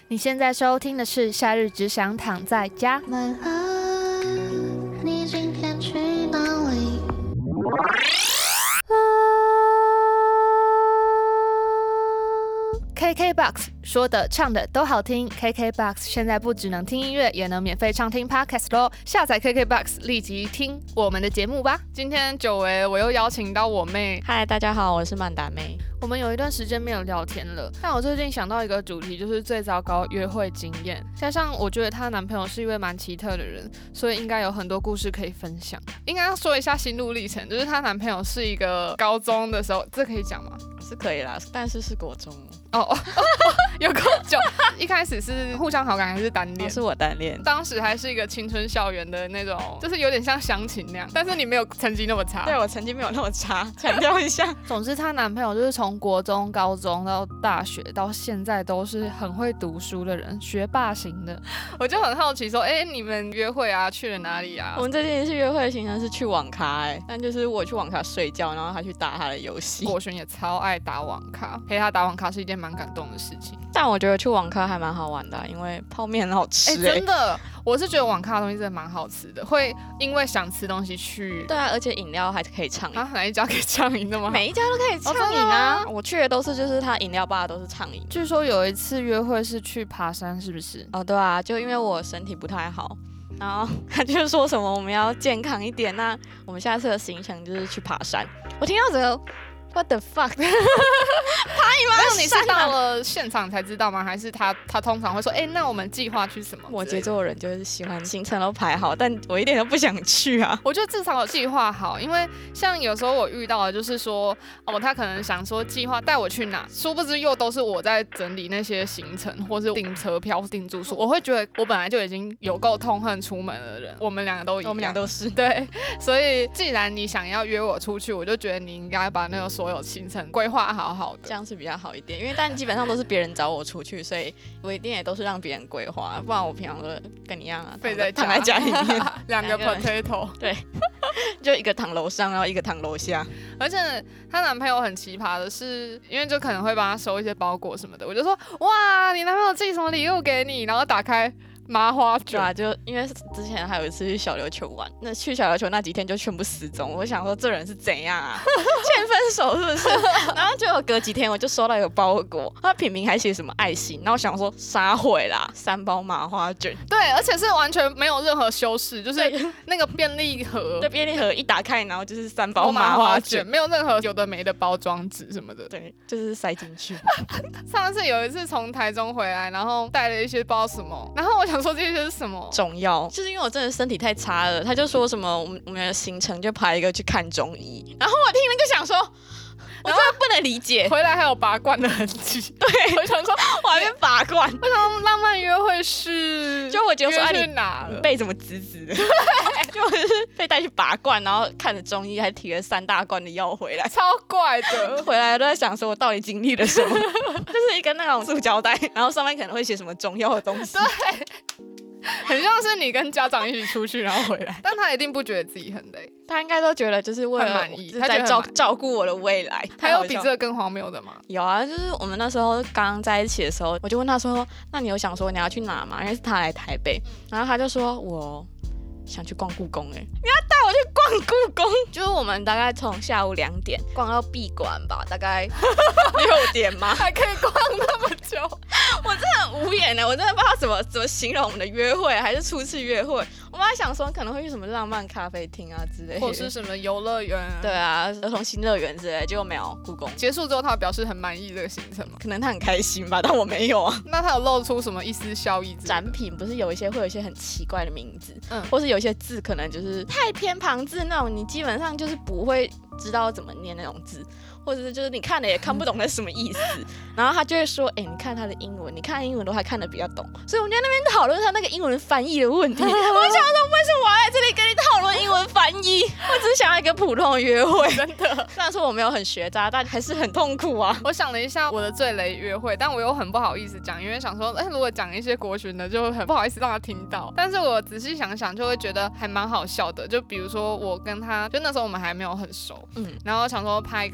你现在收听的是《夏日只想躺在家》。 晚安，你今天去哪里 ？KKBOX 说的唱的都好听 ，KKBOX 现在不只能听音乐，也能免费畅听 Podcast 咯。下载 KKBOX， 立即听我们的节目吧。今天久违，我又邀请到我妹。 嗨，大家好，我是曼达妹。 我们有一段时间没有聊天了，但我最近想到一个主题，就是最糟糕约会经验。加上我觉得她男朋友是一位蛮奇特的人，所以应该有很多故事可以分享。应该要说一下心路历程，就是她男朋友是一个高中的时候，这可以讲吗？ 是可以啦，但是国中有够久。一开始是互相好感还是单恋？ 是我单恋。 当时还是一个青春校园的那种，就是有点像相亲那样，但是你没有成绩那么差。 对，我成绩没有那么差，强调一下。 总之，她男朋友就是从国中、高中到大学到现在都是很会读书的人，学霸型的。我就很好奇说，你们约会啊，去了哪里啊？ 我们最近一次约会的行程是去网咖，但就是我去网咖睡觉，然后他去打他的游戏。 国璇也超爱打网咖，陪他打网咖是一件蛮感动的事情。 但我觉得去网咖还蛮好玩的，因为泡面很好吃。 真的，我是觉得网咖的东西真的蛮好吃的，会因为想吃东西去。 对啊，而且饮料还可以畅饮。 哪一家可以畅饮的吗？ 每一家都可以畅饮啊！我去的都是就是他饮料吧都是畅饮。 据说有一次约会是去爬山，是不是？ 对啊，就因为我身体不太好。然后他就说什么我们要健康一点，那我们下次的行程就是去爬山。我听到这个 What the fuck 爬你妈山啊！ 你是到了现场才知道吗？还是他通常会说那我们计划去什么？ 摩羯座人就是喜欢行程都排好，但我一点都不想去啊。 我觉得至少有计划好，因为像有时候我遇到的就是说他可能想说计划带我去哪，殊不知又都是我在整理那些行程或是订车票订住宿。我会觉得我本来就已经有够痛恨出门的人，我们两个都一样， 我们俩都是。 对，所以既然你想要约我出去，我就觉得你应该把那个所有行程规划好好的， 这样是比较好一点。因为但基本上都是别人找我出去，所以我一定也都是让别人规划，不然我平常都跟你一样啊，躺在家里面两个 potato， 对，就一个躺楼上，然后一个躺楼下。 而且她男朋友很奇葩的是，因为就可能会帮她收一些包裹什么的，我就说哇，你男朋友寄什么礼物给你？然后打开麻花卷。 对啊，就因为之前还有一次去小琉球玩，那去小琉球那几天就全部失踪。我想说这人是怎样啊？欠分手是不是？然后结果隔几天我就收到一个包裹，他品名还写什么爱心，然后我想说杀毁啦，3包麻花卷。 对，而且是完全没有任何修饰，就是那个便利盒， 对，便利盒一打开，然后就是3包麻花卷， 没有任何有的没的包装纸什么的， 对，就是塞进去。 上次有一次从台中回来，然后带了一些不知道什么，然后我想说这些是什么中药，就是因为我真的身体太差了，他就说什么我们的行程就排一个去看中医，然后我听了就想说，我真的不能理解， 回来还有拔罐的痕迹。 对， 我想说我还没拔罐。 为什么浪漫约会是？ 就我觉得说你哪了？ 你背怎么直直的？就我是被带去拔罐，然后看了中医，还提了3大罐的药回来， 超怪的。 回来都在想说我到底经历了什么，就是一个那种塑胶袋，然后上面可能会写什么中药的东西。 对。很像是你跟家长一起出去然后回来，但他一定不觉得自己很累， 他应该都觉得就是为了满意， 他在照顾我的未来。 还有比这个更荒谬的吗？ 有啊，就是我们那时候刚在一起的时候，我就问他说：“那你有想说你要去哪吗？”因为是他来台北，然后他就说：“我想去逛故宫。”你要带我去逛故宫？就是我们大概从下午2点逛到闭馆吧，大概6点吗？ 还可以逛那么久？ 我真的很无言呢，我真的不知道怎么形容我们的约会，还是初次约会。我们还想说可能会去什么浪漫咖啡厅啊之类的， 或是什么游乐园啊， 对啊，儿童新乐园之类的，结果没有。故宫结束之后，他表示很满意这个行程吗？ 可能他很开心吧，但我没有啊。 那他有露出什么一丝笑意？ 展品不是会有一些很奇怪的名字，或是有一些字可能就是太偏旁字那种，你基本上就是不会知道怎么念那种字。或者是就是你看了也看不懂那是什么意思，然后他就会说，你看他的英文，你看英文都还看得比较懂，所以我们在那边讨论他那个英文翻译的问题。我想说，为什么我要在这里跟你讨论英文翻译？我只是想要一个普通的约会，真的。虽然说我没有很学渣，但还是很痛苦啊。 我想了一下我的最雷约会，但我又很不好意思讲，因为想说，如果讲一些国学的，就很不好意思让他听到。但是我仔细想想，就会觉得还蛮好笑的。就比如说我跟他，就那时候我们还没有很熟，然后想说拍一个 cover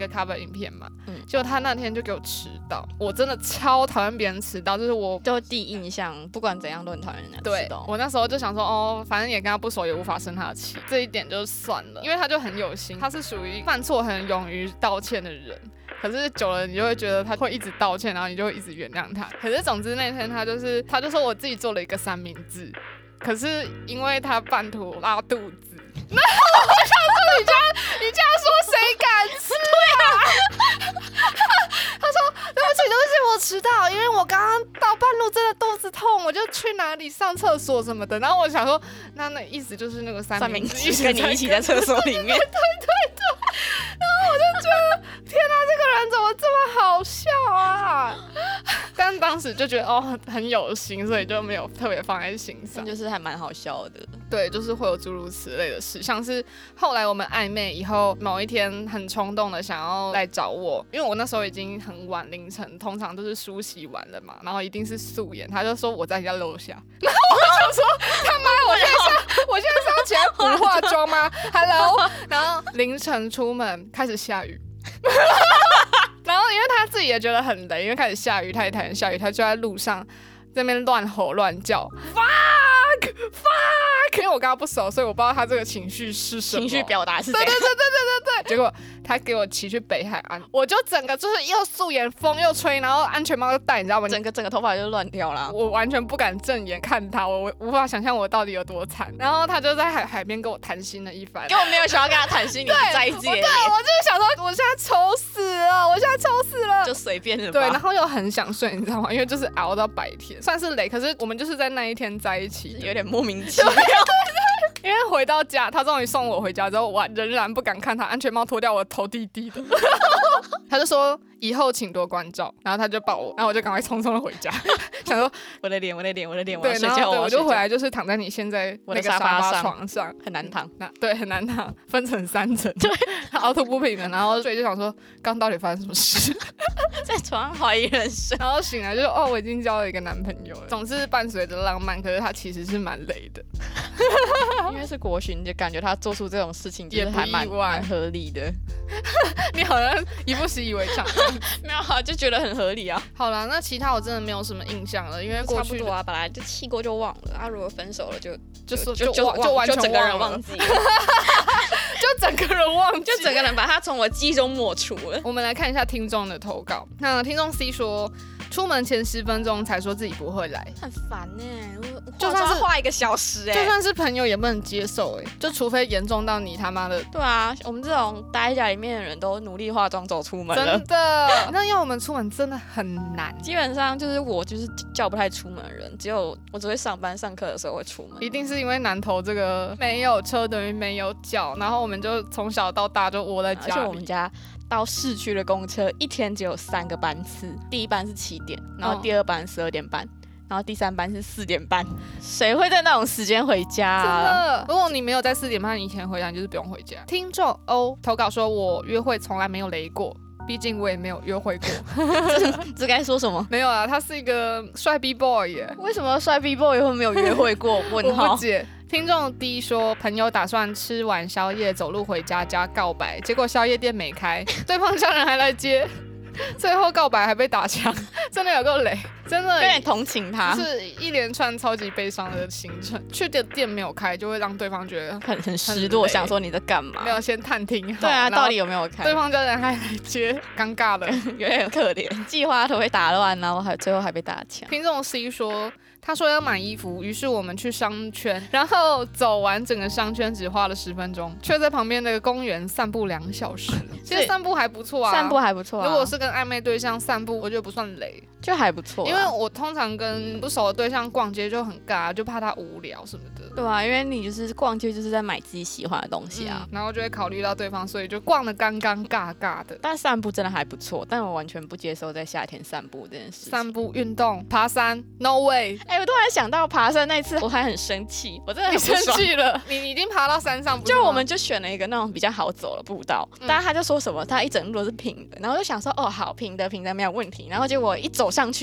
影片嘛，结果他那天就给我迟到，我真的超讨厌别人迟到，就是我就第一印象，不管怎样都很讨厌人家迟到。 对，我那时候就想说，哦，反正也跟他不熟，也无法生他的气，这一点就算了，因为他就很有心，他是属于犯错很勇于道歉的人。可是久了，你就会觉得他会一直道歉，然后你就会一直原谅他。可是总之那天他就说我自己做了一个三明治，可是因为他半途拉肚子，然后我想说你这样说谁敢吃啊？他说对不起，我迟到，因为我刚刚到半路真的肚子痛，我就去哪里上厕所什么的。然后我想说，那意思就是那个三明治跟你一起在厕所里面。 对。然后我就觉得，天哪，这个人怎么这么好笑啊？但当时就觉得很有心，所以就没有特别放在心上。 就是还蛮好笑的。 对，就是会有诸如此类的事，像是后来我们暧昧以后，某一天很冲动的想要来找我，因为我那时候已经很晚凌晨，通常都是梳洗完了嘛，然后一定是素颜，他就说我在家楼下，然后我就想说他妈，我现在是要起来补化妆吗 ？Hello， 然后凌晨出门开始下雨。然后因为他自己也觉得很累，因为开始下雨，他也讨厌下雨，他就在路上在那边乱吼乱叫 fuck， 因为我跟他不熟，所以我不知道他这个情绪是什么， 情绪表达是这样。 对，结果他给我骑去北海岸，我就整个就是又素颜，风又吹，然后安全帽又戴，你知道吗？ 整个头发就乱掉了， 我完全不敢正眼看他，我无法想象我到底有多惨。然后他就在海边跟我谈心了一番， 根本没有想要跟他谈心，你在意自己的脸。 对，我就是想说，我现在愁死了， 就随便了吧。 对，然后又很想睡，你知道吗？因为就是熬到白天，算是累，可是我们就是在那一天在一起， 有点莫名其妙。 因为回到家，他终于送我回家之后，我仍然不敢看他，安全帽脱掉，我头低低的。他就说以后请多关照，然后他就抱我，然后我就赶快匆匆的回家，想说我的脸， 对， 然后我就回来就是躺在你现在那个沙发床上， 很难躺， 对，很难躺，分成3层，对，凹凸不平的，然后所以就想说刚到底发生什么事， 在床上怀疑人生， 然后醒来就我已经交了一个男朋友了，总是伴随着浪漫，可是他其实是蛮累的。 因为是国勋，就感觉他做出这种事情就是还蛮合理的。 你好像一副习以为常。 没有啊，就觉得很合理啊。 好啦，那其他我真的没有什么印象了，因为过去差不多啊，本来就气过就忘了啊，如果分手了就完全整个人忘记了， 就整个人忘记， 就整个人把他从我记忆中抹除了。 我们来看一下听众的投稿。那听众 C 说，出门前10分钟才说自己不会来， 很烦就算是画1个小时就算是朋友也不能接受就除非严重到你他妈的。 对啊，我们这种待在家里面的人都努力化妆走出门了， 真的。那要我们出门真的很难， 基本上就是我就是叫不太出门的人，只有我只会上班上课的时候会出门。 一定是因为南投这个没有车等于没有脚，然后我们就从小到大就窝在家里。 而且我们家到市区的公车一天只有3个班次，第一班是7点，然后第2班12点半，然后第3班是4点半。谁会在那种时间回家啊？ 真的，如果你没有在4点半以前回家，你就是不用回家。听众欧投稿说，我约会从来没有雷过，毕竟我也没有约会过。 这该说什么？ 没有啊，他是一个帅 B boy 耶。 为什么帅 B boy 会没有约会过？问号。 我不解。听众 D 说，朋友打算吃完宵夜走路回家加告白，结果宵夜店没开，对方家人还来接，最后告白还被打枪，真的有够雷，真的有点同情他， 是一连串超级悲伤的行程。去的店没有开，就会让对方觉得很失落，想说你在干嘛？ 没有先探听好。 对啊，到底有没有开？ 对方家人还来接，尴尬的， 有点可怜，计划都会打乱，然后最后还被打枪。 听众 C 说，他说要买衣服，于是我们去商圈，然后走完整个商圈只花了10分钟，却在旁边的公园散步2小时。其实散步还不错啊， 散步还不错啊。 如果是跟暧昧对象散步，我觉得不算雷， 就还不错。 因为我通常跟不熟的对象逛街就很尬，就怕他无聊什么的。 对啊，因为你就是逛街就是在买自己喜欢的东西啊， 然后就会考虑到对方，所以就逛得尴尬尬的。 但散步真的还不错，但我完全不接受在夏天散步这件事。 散步运动爬山 ，no way。 我突然想到爬山那次，我还很生气，我真的很不爽。 你生气了？你已经爬到山上， 就我们就选了一个那种比较好走的步道，但他就说什么他一整路都是平的，然后就想说好平的没有问题，然后结果一走上去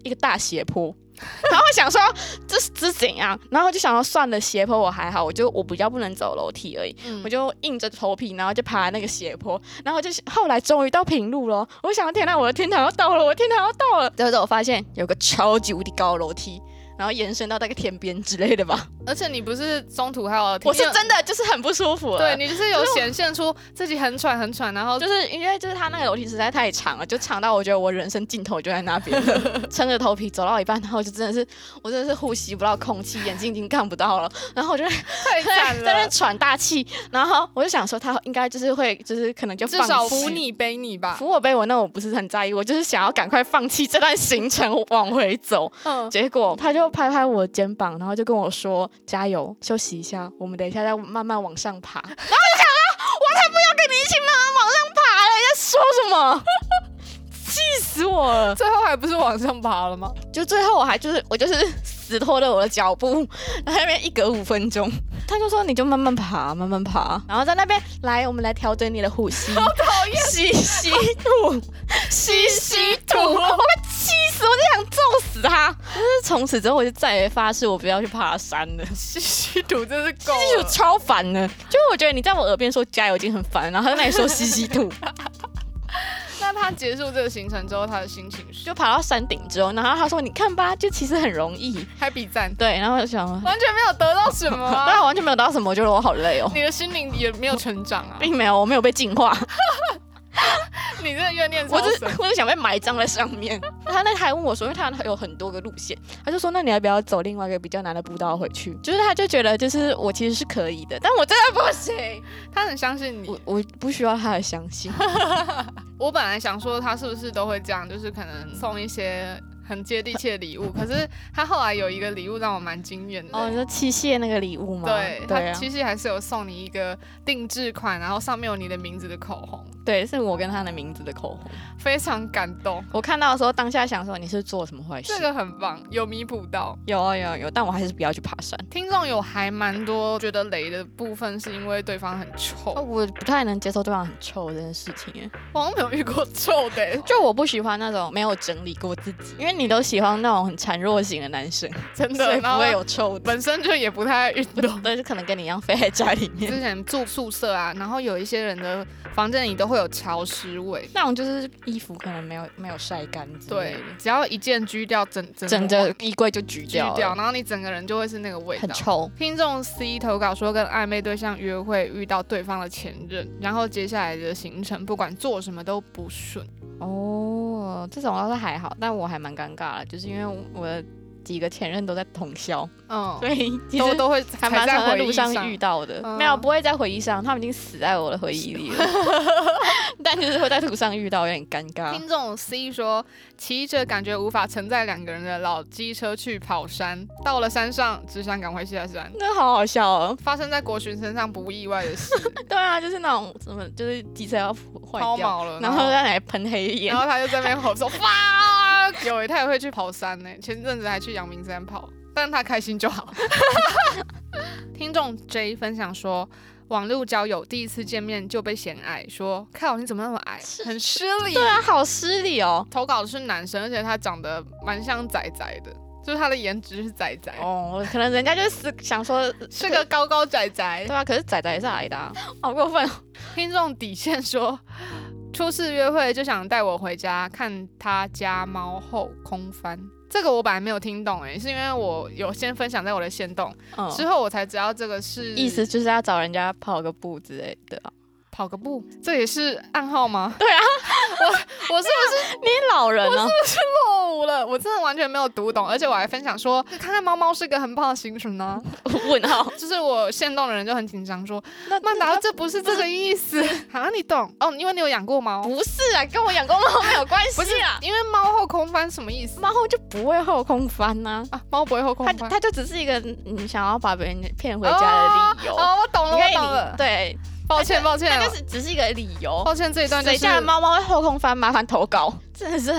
一个大斜坡。然后我想说这是怎样，然后我就想说算了，斜坡我还好，我比较不能走楼梯而已，我就硬着头皮，然后就爬那个斜坡，然后就后来终于到平路了，我想天哪，我的天堂要到了，我的天堂要到了，结果我发现有个超级无敌高的楼梯，然后延伸到那个天边之类的吧。 而且你不是中途还有我是真的就是很不舒服了。 对，你就是有显现出自己很喘很喘，然后就是因为就是他那个楼梯实在太长了，就长到我觉得我人生尽头就在那边了。撑着头皮走到一半，然后我真的是呼吸不到空气，眼睛已经看不到了，然后我就太惨了， 在那喘大气，然后我就想说他应该就是会就是可能就至少扶你背你吧， 扶我背我，那我不是很在意，我就是想要赶快放弃这段行程往回走。结果他就拍拍我肩膀，然后就跟我说加油，休息一下，我们等一下再慢慢往上爬。然后我就想说，我才不要跟你一起慢慢往上爬嘞！在说什么？气死我了！ 最后还不是往上爬了吗？ 就最后我就是死拖着我的脚步，然后那边一隔5分钟，他就说你就慢慢爬，慢慢爬，然后在那边来，我们来调整你的呼吸。 好讨厌！ 吸吐，吸吐，我快气死，我就想揍死他。就是从此之后，我就再也发誓我不要去爬山了。 吸吐真是够了， 吸吐超烦的，就是我觉得你在我耳边说加油已经很烦，然后在那里说吸吐。 那他结束这个行程之后，他的心情是就爬到山顶之后，然后他说：“你看吧，就其实很容易。” 还比赞。 对，然后我就想， 完全没有得到什么、啊， 对，完全没有得到什么，我觉得我好累哦。 你的心灵也没有成长啊， 并没有，我没有被净化。 你这个怨念超深， 我只想被埋葬在上面。他那还问我说，因为他有很多个路线，他就说那你要不要走另外一个比较难的步道回去？就是他就觉得就是我其实是可以的，但我真的不行。 他很相信你， 我不需要他的相信。 我本来想说他是不是都会这样，就是可能送一些很接地气的礼物，可是他后来有一个礼物让我蛮惊艳的。 哦，你说七夕那个礼物吗？ 对， 对啊， 他七夕还是有送你一个定制款，然后上面有你的名字的口红。 对，是我跟他的名字的口红， 非常感动。 我看到的时候，当下想说你是做什么坏事？ 这个很棒，有弥补到。 有，但我还是不要去爬山。 听众有还蛮多觉得雷的部分，是因为对方很臭。 我不太能接受对方很臭这件事情耶。 我好像没有遇过臭的， 就我不喜欢那种没有整理过自己，因为你都喜欢那种很孱弱型的男生， 真的， 所以不会有臭的。 本身就也不太爱运动， 对，就可能跟你一样飞在家里面。 之前住宿舍啊，然后有一些人的房间里都会有潮湿味， 那种就是衣服可能没有晒干之类的。 对，只要一件居掉，整个衣柜就橘掉， 然后你整个人就会是那个味道， 很臭。 听众 C 投稿说，跟暧昧对象约会遇到对方的前任，然后接下来的行程不管做什么都不顺。 哦，这种倒是还好，但我还蛮尴尬的，就是因为我的几个前任都在同校，所以其实都会还蛮常在路上上遇到的。没有，不会在回忆上，他们已经死在我的回忆里了。但就是会在途上遇到，有点尴尬。 听众 C 说，骑着感觉无法承载2个人的老机车去跑山，到了山上只想赶快下山， 那好好笑哦！ 发生在国群身上不意外的事。 对啊，就是那种什么，就是机车要坏掉了， 然后在那里喷黑烟， 然后他就在那边吼说哇，有他也会去跑山呢，前阵子还去阳明山跑，但他开心就好。听众 J 分享说，网络交友第一次见面就被嫌矮，说靠你怎么那么矮，很失礼。 对啊，好失礼哦。 投稿的是男生，而且他长得蛮像仔仔的，就是他的颜值是仔仔。 哦，可能人家就是想说是个高高仔仔。 对啊，可是仔仔也是矮的，好过分。 听众底线说，初次约会就想带我回家看他家猫后空翻。这个我本来没有听懂是因为我有先分享在我的限动，之后我才知道这个是意思就是要找人家跑个步之类的。 跑个步，这也是暗号吗？ 对啊， 我是不是你老人我是不是落伍了？我真的完全没有读懂，而且我还分享说，看看猫猫是个很棒的行程呢。 问号， 就是我限动的人就很紧张，说曼达这不是这个意思。好，你懂哦？因为你有养过猫？ 不是啊，跟我养过猫没有关系不是啊，因为猫后空翻什么意思？ 猫后就不会后空翻呐。 猫不会后空翻， 它就只是一个你想要把别人骗回家的理由。 哦，我懂了，我懂了。 对。 抱歉， 它就是只是一个理由。 抱歉，这一段谁家的猫猫会后空翻？麻烦投稿，真的是很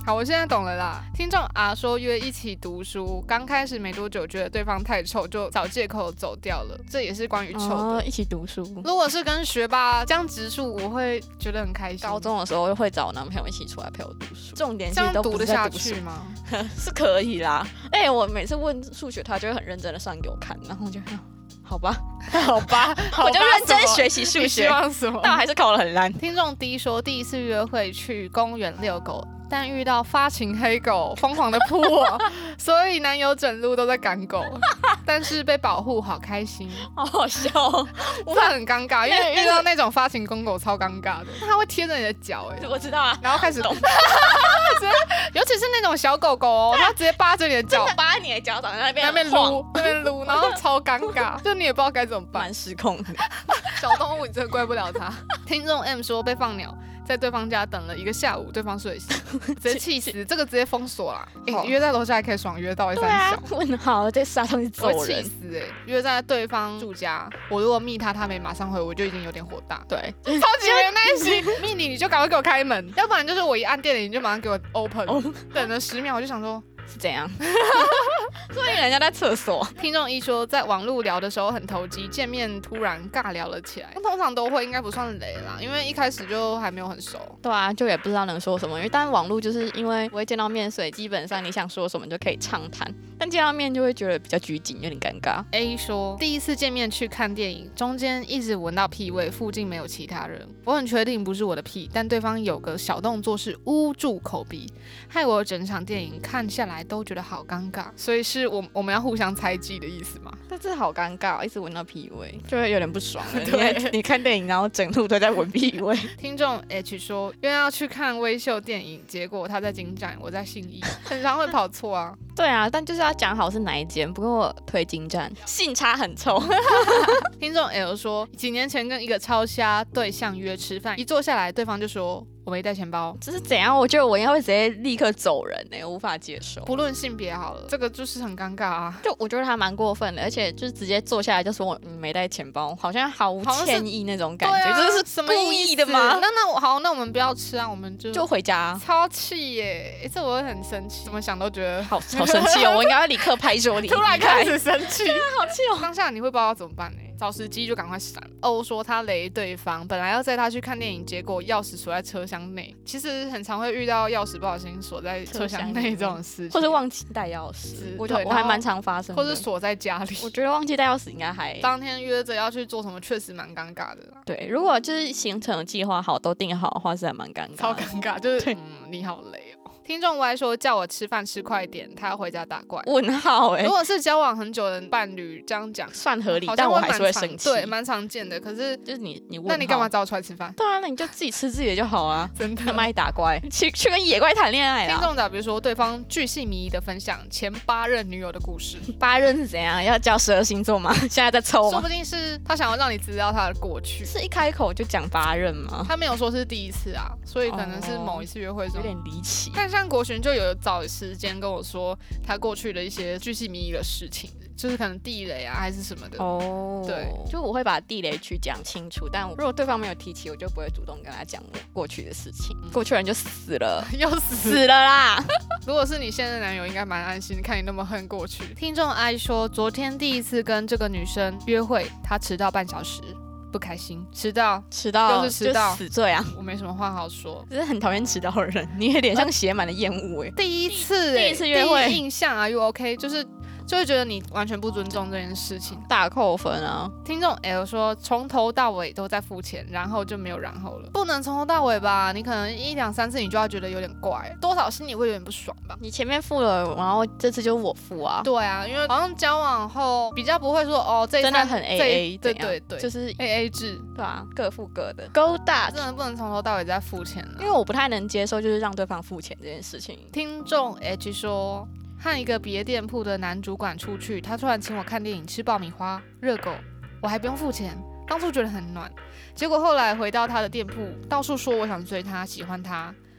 好，我现在懂了啦。听众啊说约一起读书，刚开始没多久觉得对方太臭，就找借口走掉了。这也是关于臭的。 一起读书。 如果是跟学霸这样直述，我会觉得很开心。 高中的时候会找我男朋友一起出来陪我读书，重点这样读得下去去吗？ 是可以啦。我每次问数学，他就会很认真的算给我看，然后我就好吧， 好吧， 我就认真学习数学。 希望什么？ 但还是考得很烂。 听众 D 说，第一次约会去公园遛狗，但遇到发情黑狗疯狂的扑我，所以男友整路都在赶狗，但是被保护，好开心， 好好笑哦。 我会很尴尬，因为遇到那种发情公狗超尴尬的，它会贴着你的脚， 我知道啊， 然后开始尤其是那种小狗狗哦，它直接扒着你的脚， 扒你的脚掌在那边撸，然后超尴尬，就你也不知道该怎么办， 蛮失控的。 小动物你真的怪不了它。听众 M 说被放鸟，在对方家等了1个下午，对方睡醒，直接气死，这个直接封锁啦。约在楼下还可以爽约到3小， 问好这杀东西走人， 我气死约在对方住家，我如果密他没马上回，我就已经有点火大。 对， 超级没耐心，密你就赶快给我开门，要不然就是我一按电铃你就马上给我 open，等了10秒我就想说。 是怎样？所以人家在厕所。 听众一说，在网路聊的时候很投机，见面突然尬聊了起来。通常都会，应该不算雷啦，因为一开始就还没有很熟。 对啊，就也不知道能说什么，因为但网路就是因为不会见到面，所以基本上你想说什么就可以畅谈。但见到面就会觉得比较拘谨，有点尴尬。 A 说，第一次见面去看电影，中间一直闻到屁味，附近没有其他人，我很确定不是我的屁，但对方有个小动作是捂住口鼻，害我整场电影看下来都觉得好尴尬。所以是我们要互相猜忌的意思吗？ 但是好尴尬，一直闻到屁味，就会有点不爽了。你看电影，然后整路都在闻屁味。 听众 H 说，因为要去看微秀电影，结果他在金站，我在信义，很常会跑错啊。 对啊，但就是要讲好是哪一间。不过我推金站，信差很臭。 听众 L 说，几年前跟一个超瞎对象约吃饭，一坐下来，对方就说我没带钱包。 这是怎样？我觉得我应该会直接立刻走人我无法接受。 不论性别好了，这个就是很尴尬啊。 就我觉得他蛮过分的，而且就是直接坐下来就说我没带钱包，好像毫无歉意那种感觉，这是故意的吗？ 那我们不要吃啊，我们就回家。 超气耶！这我会很生气，怎么想都觉得好生气哦！我应该会立刻拍桌离开。 突然开始生气， 好气哦！ 当下你会不知道怎么办找时机就赶快闪。欧说他雷对方，本来要载他去看电影，结果钥匙锁在车厢内。其实很常会遇到钥匙不小心锁在车厢内这种事情， 或者忘记带钥匙。我还蛮常发生的， 或者锁在家里。 我觉得忘记带钥匙应该还。 当天约着要去做什么，确实蛮尴尬的啦。 对，如果就是行程计划好都定好的话，是还蛮尴尬的。 超尴尬，就是你好累哦。听众 Y 说叫我吃饭吃快点，他要回家打怪。 问号如果是交往很久的伴侣这样讲算合理，但我还是会生气。 对，蛮常见的。可是就是你问， 那你干嘛找我出来吃饭？ 对啊，那你就自己吃自己的就好啊。 真的， 干嘛打怪？去跟野怪谈恋爱啦。 听众比如说对方巨细靡遗的分享前8任女友的故事。 8任是怎样？要叫12星座吗？现在在抽吗？ 说不定是他想要让你知道他的过去。 是一开口就讲8任吗？ 他没有说是第一次啊，所以可能是某一次约会中有点离奇。 但像国璇就有找时间跟我说他过去的一些巨细靡遗的事情，就是可能地雷啊还是什么的。对， 就我会把地雷去讲清楚，但如果对方没有提起，我就不会主动跟他讲我过去的事情。过去人就死了， 又死了啦。 如果是你现任男友，应该蛮安心，看你那么恨过去。听众爱说，昨天第一次跟这个女生约会，她迟到半小时。不开心，迟到又是迟到， 死罪啊！ 我没什么话好说， 只是很讨厌迟到的人，你的脸上写满了厌恶第一次约会印象啊，又 OK，就会觉得你完全不尊重这件事情， 大扣分啊！ 听众 L 说，从头到尾都在付钱，然后就没有然后了，不能从头到尾吧？你可能1、2、3次你就要觉得有点怪，多少心里会有点不爽吧？ 你前面付了，然后这次就是我付啊？ 对啊，因为好像交往后比较不会说这一真的很 AA， 对， 就是 AA 制， 对啊，各付各的，勾大真的不能从头到尾在付钱了， 因为我不太能接受就是让对方付钱这件事情。 听众 H 说，和一个别店铺的男主管出去，他突然请我看电影、吃爆米花、热狗，我还不用付钱。当初觉得很暖，结果后来回到他的店铺，到处说我想追他、喜欢他，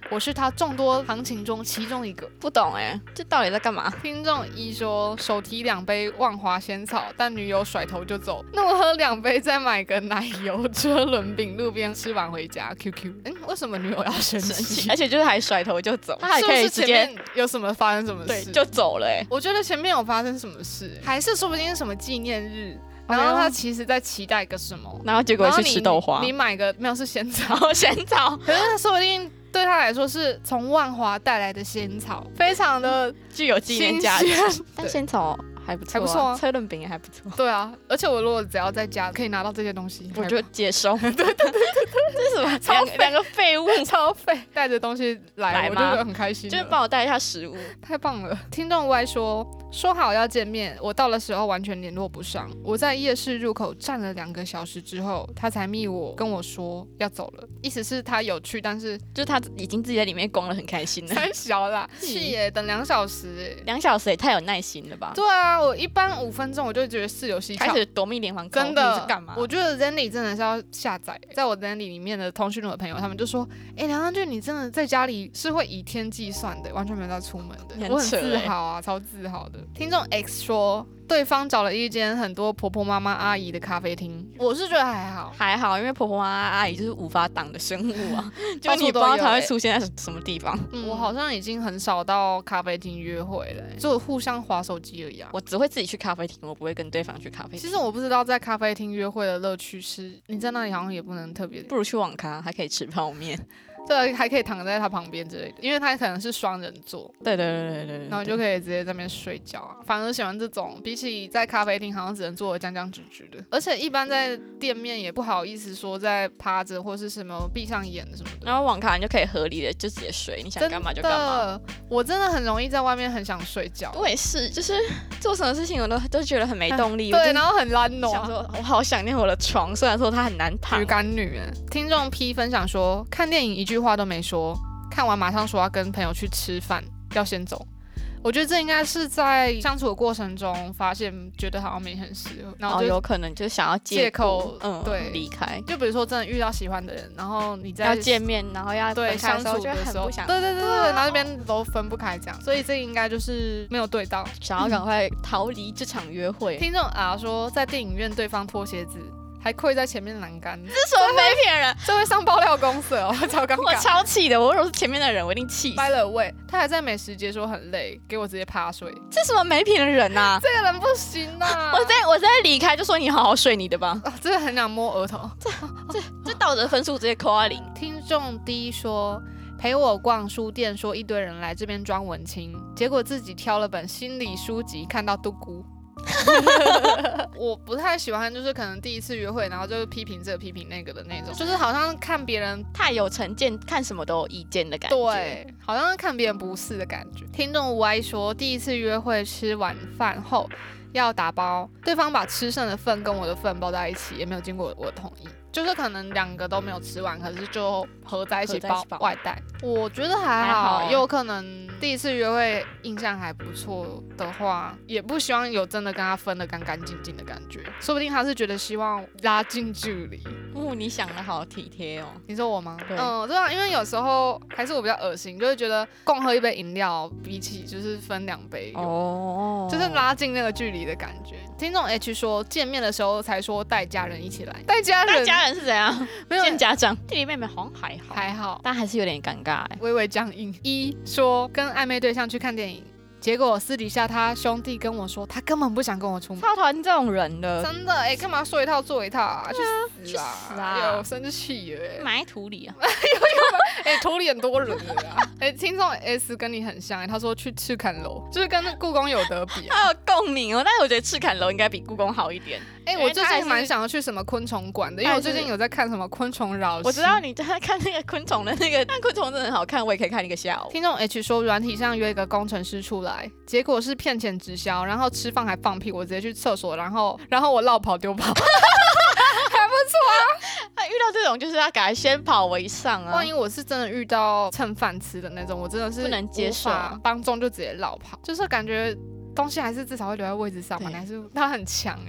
我是他众多行情中其中一个。 不懂这到底在干嘛？ 听众一说，手提2杯万华仙草，但女友甩头就走。那我喝2杯，再买个奶油车轮饼，路边吃完回家。QQ， 为什么女友要生气？ 而且就是还甩头就走，他还可以直接是不是前面有什么发生什么事？ 对，就走了我觉得前面有发生什么事，还是说不定是什么纪念日。然后他其实在期待个什么， 然后结果去吃豆花。 你买个没有是仙草， 仙草， 可是他说不定对他来说是从万华带来的仙草，非常的具有纪念价值。但仙草还不错啊，车轮饼也还不错。 对啊，而且我如果只要在家可以拿到这些东西， 我就接收。对，这是什么？两个废物， 超废，带着东西来，我就觉得很开心。 就是帮我带一下食物， 太棒了。听众 Y 说好要见面，我到的时候完全联络不上。我在夜市入口站了2个小时之后，他才密我跟我说要走了，意思是他有去，但是就是他已经自己在里面逛了，很开心了。 太小啦，气耶，等2小时 2小时也太有耐心了吧？ 对啊，我一般5分钟我就觉得事有蹊跷， 开始夺命连环 call， 真的是干嘛？ 我觉得 Zenly 真的是要下载，在我 Zenly 里面的通讯录的朋友，他们就说，梁上俊你真的在家里是会以天计算的，完全没有在出门的，我很自豪啊，超自豪的。听众 X 说，对方找了一间很多婆婆妈妈阿姨的咖啡厅，我是觉得还好， 因为婆婆妈妈阿姨就是无法挡的生物啊，就你不知道它会出现在什么地方。 我好像已经很少到咖啡厅约会了，就互相滑手机而已啊。 我只会自己去咖啡厅，我不会跟对方去咖啡厅。 其实我不知道在咖啡厅约会的乐趣是，你在那里好像也不能特别， 不如去网咖，还可以吃泡面。 对，还可以躺在他旁边之类的，因为他可能是双人座。 对， 然后你就可以直接在那边睡觉啊。反而喜欢这种，比起在咖啡厅好像只能坐得僵僵直直的，而且一般在店面也不好意思说在趴着或是什么闭上眼什么的。 然后网咖你就可以合理的就直接睡，你想干嘛就干嘛。 我真的很容易在外面很想睡觉。 我也是，就是做什么事情我都觉得很没动力。 对，然后很懒惰。 想说我好想念我的床，虽然说它很难躺。 鱼干女。听众 P 分享说，看电影一句话都没说，看完马上说要跟朋友去吃饭，要先走。我觉得这应该是在相处的过程中发现，觉得好像没很适合，然后就有可能就想要借口对离开。 就比如说真的遇到喜欢的人，然后你在要见面，然后要对相处的时候，对，然后那边都分不开这样，所以这应该就是没有对到， 想要赶快逃离这场约会。 听众说，在电影院对方脱鞋子。还跪在前面栏杆， 这是什么没骗人？ 这会上爆料公社哦，超尴尬。 我超气的，我如果是前面的人，我一定气死。 By the way，他还在美食街说很累，给我直接趴睡。 这什么没品的人啊？ 这个人不行啊！ 我在离开就说你好好睡你的吧。 真的很想摸额头。 这道德分数直接扣到0。 听众 D 说。陪我逛书店，说一堆人来这边装文青，结果自己挑了本心理书籍，看到嘟咕。我不太喜欢，就是可能第一次约会，然后就批评这个批评那个的那种，就是好像看别人太有成见，看什么都有意见的感觉。 对，好像看别人不是的感觉。听众无爱说，第一次约会吃晚饭后要打包，对方把吃剩的份跟我的份包在一起，也没有经过我的同意。就是可能2个都没有吃完，可是就合在一起包外带。我觉得还好，也有可能第一次约会印象还不错的话，也不希望有真的跟他分得干干净净的感觉，说不定他是觉得希望拉近距离。 你想得好体贴哦。 你说我吗？ 对， 对啊，因为有时候还是我比较恶心，就会觉得共喝一杯饮料比起就是分2杯就是拉近那个距离的感觉。听众 H 说，见面的时候才说带家人一起来，带家人是怎样？ 没有见家长，弟弟妹妹好像还好，但还是有点尴尬微微僵硬。一说跟暧昧对象去看电影，结果私底下他兄弟跟我说，他根本不想跟我出门。 超讨厌这种人的， 真的干嘛说一套做一套啊？去死啊！有生气了埋土里啊！ 土里很多人了啊！听众 S 跟你很像他说去赤坎楼，就是跟故宫有得比。 他有共鸣哦，但是我觉得赤坎楼应该比故宫好一点。 我最近蛮想要去什么昆虫馆的，因为我最近有在看什么昆虫扰息。 我知道你在看那个昆虫的那个，但昆虫真的很好看，我也可以看一个下午。 听众 H 说，软体上约一个工程师出来，结果是骗钱直销，然后吃饭还放屁，我直接去厕所，然后我落跑丢跑。还不错啊！ 遇到这种就是要赶快先跑为上啊！ 万一我是真的遇到蹭饭吃的那种，我真的是不能接受， 当众就直接落跑，就是感觉东西还是至少会留在位置上嘛，还是他很强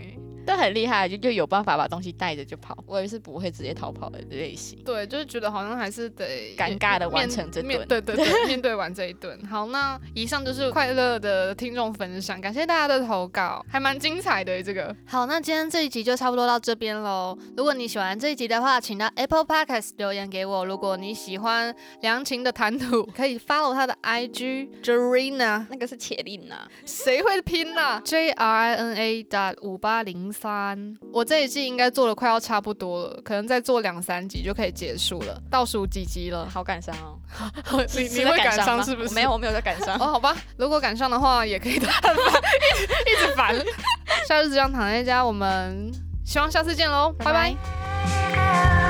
都很厉害，就有办法把东西带着就跑。我也是不会直接逃跑的类型。 对，就是觉得好像还是得尴尬的完成这顿。 对对对，面对完这一顿。好，那以上就是快乐的听众分享，感谢大家的投稿，还蛮精彩的这个。好，那今天这一集就差不多到这边咯。如果你喜欢这一集的话，请到 Apple Podcast 留言给我。如果你喜欢梁晴的谈吐，可以 follow 她的 IG Jarina， 那个是铁令啊， 谁会拼啊？JRINA.5803。我这一季应该做的快要差不多了，可能再做2-3集就可以结束了。倒数几集了， 好感伤哦。 你会感伤是不是？ 没有，我没有在感伤。 哦，好吧，如果感伤的话也可以一直烦。夏日只想躺在家，我们希望下次见喽，拜拜。